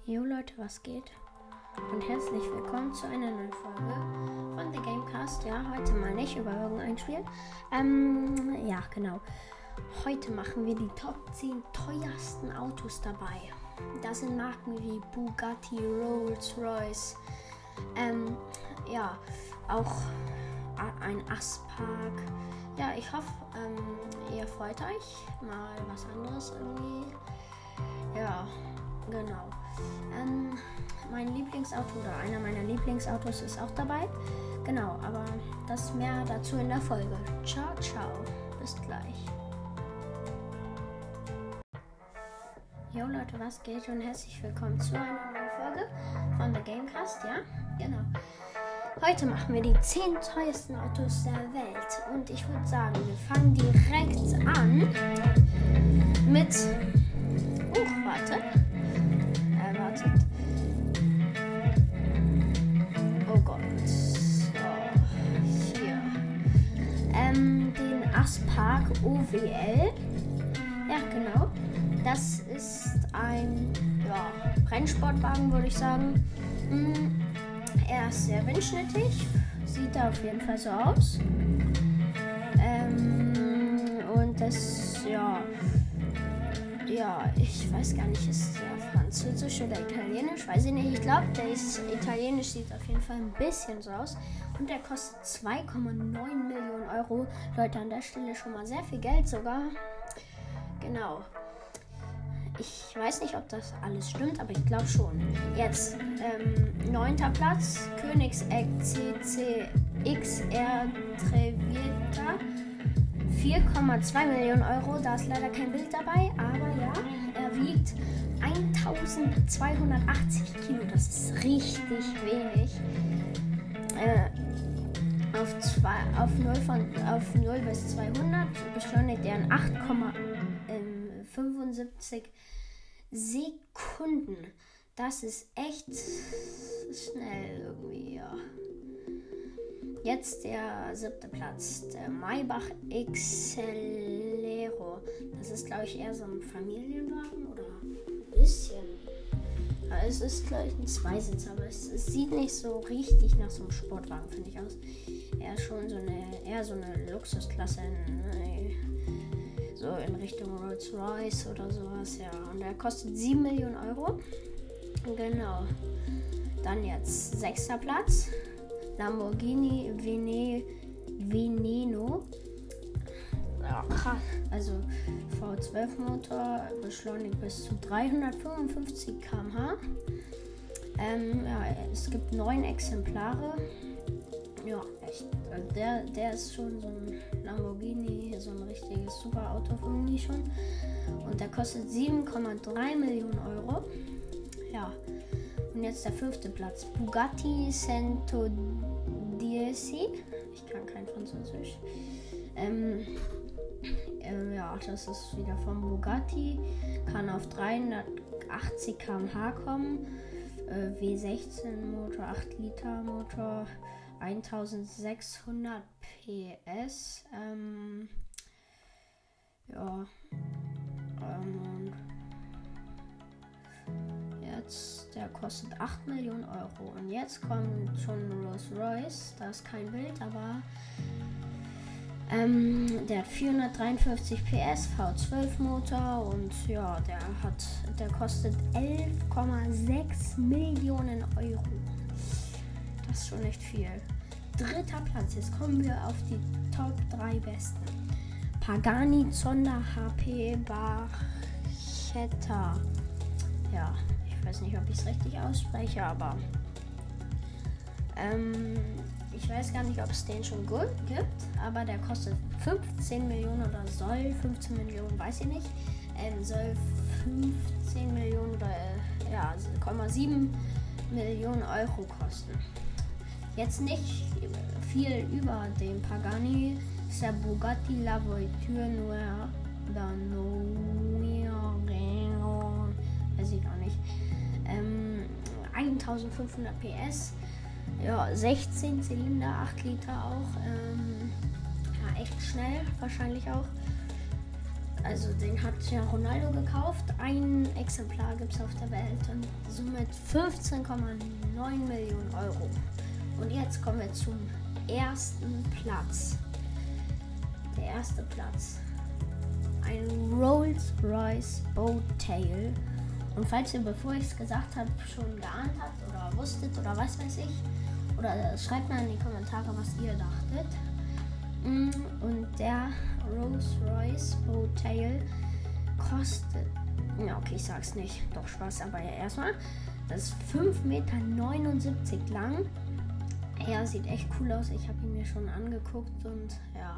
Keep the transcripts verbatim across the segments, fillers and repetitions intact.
Jo Leute, was geht? Und herzlich willkommen zu einer neuen Folge von The Gamecast. Ja, heute mal nicht über irgendein Spiel. Ähm, ja, genau. Heute machen wir die Top zehn teuersten Autos dabei. Das sind Marken wie Bugatti, Rolls-Royce, ähm, ja, auch ein Aspark. Ja, ich hoffe, ähm, ihr freut euch. Mal was anderes irgendwie. Ja, genau. Ähm, mein Lieblingsauto oder einer meiner Lieblingsautos ist auch dabei. Genau, aber das mehr dazu in der Folge. Ciao, ciao. Bis gleich. Jo Leute, was geht und herzlich willkommen zu einer neuen Folge von The Gamecast, ja? Genau. Heute machen wir die zehn teuersten Autos der Welt und ich würde sagen, wir fangen direkt an mit... Uh, warte. Äh, wartet. Oh Gott. So, hier. Ähm, den Aspark O W L. Ja, genau. Das ist ein ja, Rennsportwagen, würde ich sagen. Hm, er ist sehr windschnittig. Sieht er auf jeden Fall so aus. Ähm, und das, ja... Ja, ich weiß gar nicht, ist der französisch oder italienisch? Weiß ich nicht. Ich glaube, der ist italienisch, sieht auf jeden Fall ein bisschen so aus. Und der kostet zwei Komma neun Millionen Euro. Leute, an der Stelle schon mal sehr viel Geld sogar. Genau. Ich weiß nicht, ob das alles stimmt, aber ich glaube schon. Jetzt, ähm, neunter Platz, Koenigsegg C C X R Trevita. vier Komma zwei Millionen Euro, da ist leider kein Bild dabei, aber ja, er wiegt eintausendzweihundertachtzig Kilo, das ist richtig wenig. Äh, auf, zwei, auf, null von, auf null bis zweihundert beschleunigt er in acht Komma fünfundsiebzig Sekunden. Das ist echt schnell irgendwie, ja. Jetzt der siebte Platz, der Maybach X Celero. Das ist, glaube ich, eher so ein Familienwagen oder ein bisschen. Ja, es ist, glaube ich, ein Zweisitzer, aber es, es sieht nicht so richtig nach so einem Sportwagen, finde ich, aus. Eher schon so eine, eher so eine Luxusklasse, ne, so in Richtung Rolls-Royce oder sowas, ja. Und der kostet sieben Millionen Euro. Genau. Dann jetzt sechster Platz. Lamborghini Vene, Veneno. Ja, krass. Also V zwölf Motor, beschleunigt bis zu dreihundertfünfundfünfzig Kilometer pro Stunde. Ähm, ja, es gibt neun Exemplare. Ja, echt. Also der, der ist schon so ein Lamborghini, so ein richtiges super Auto von mir schon. Und der kostet sieben Komma drei Millionen Euro. Ja. Und jetzt der fünfte Platz. Bugatti cento dieci. Ich kann kein Französisch. Ähm, äh, ja, das ist wieder vom Bugatti. Kann auf dreihundertachtzig Kilometer pro Stunde kommen. Äh, W sechzehn Motor, acht Liter Motor, eintausendsechshundert P S. Ähm, ja. Ähm, Jetzt, der kostet acht Millionen Euro. Und jetzt kommt schon Rolls-Royce. Da ist kein Bild, aber ähm, der hat vierhundertdreiundfünfzig P S, V zwölf Motor und ja, der hat, der kostet elf Komma sechs Millionen Euro. Das ist schon echt viel. Dritter Platz. Jetzt kommen wir auf die Top drei besten. Pagani Zonda H P Barchetta. Ja. Ich weiß nicht, ob ich es richtig ausspreche, aber ähm, ich weiß gar nicht, ob es den schon gut gibt, aber der kostet fünfzehn Millionen oder soll fünfzehn Millionen, weiß ich nicht, ähm, soll fünfzehn Millionen oder äh, ja, null Komma sieben Millionen Euro kosten. Jetzt nicht viel über den Pagani, ist der Bugatti La Voiture Noire oder Noire, weiß ich auch nicht. Ähm, eintausendfünfhundert P S, ja, sechzehn Zylinder, acht Liter auch, ähm, ja, echt schnell, wahrscheinlich auch. also den hat ja Ronaldo gekauft. Ein Exemplar gibt es auf der Welt und somit fünfzehn Komma neun Millionen Euro. Und jetzt kommen wir zum ersten Platz. Der erste Platz. Ein Rolls-Royce Bowtail. Und falls ihr, bevor ich es gesagt habe, schon geahnt habt oder wusstet oder was weiß ich, oder schreibt mal in die Kommentare, was ihr dachtet. Und der Rolls-Royce Bowtail kostet, ja okay, ich sag's nicht, doch Spaß, aber ja erstmal, das ist fünf Meter neunundsiebzig lang. Er sieht echt cool aus, ich habe ihn mir schon angeguckt und ja,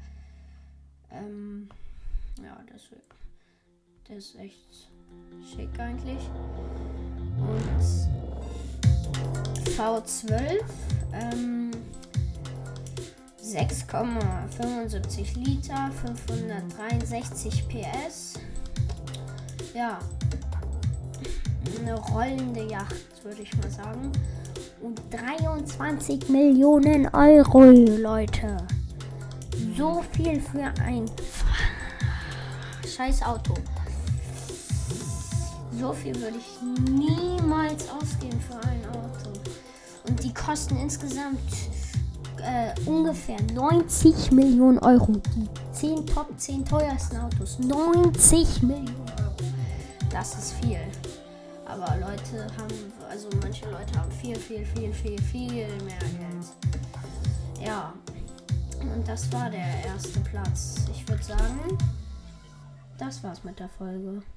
ähm, ja, deswegen, der ist echt schick eigentlich. Und V zwölf, ähm, sechs Komma fünfundsiebzig Liter, fünfhundertdreiundsechzig P S. Ja, eine rollende Yacht, würde ich mal sagen. Und dreiundzwanzig Millionen Euro, Leute. So viel für ein scheiß Auto. So viel würde ich niemals ausgeben für ein Auto. Und die kosten insgesamt äh, ungefähr neunzig Millionen Euro. Die zehn Top zehn teuersten Autos. neunzig Millionen Euro. Das ist viel. Aber Leute haben, also manche Leute haben viel, viel, viel, viel, viel mehr Geld. Ja. Und das war der erste Platz. Ich würde sagen, das war's mit der Folge.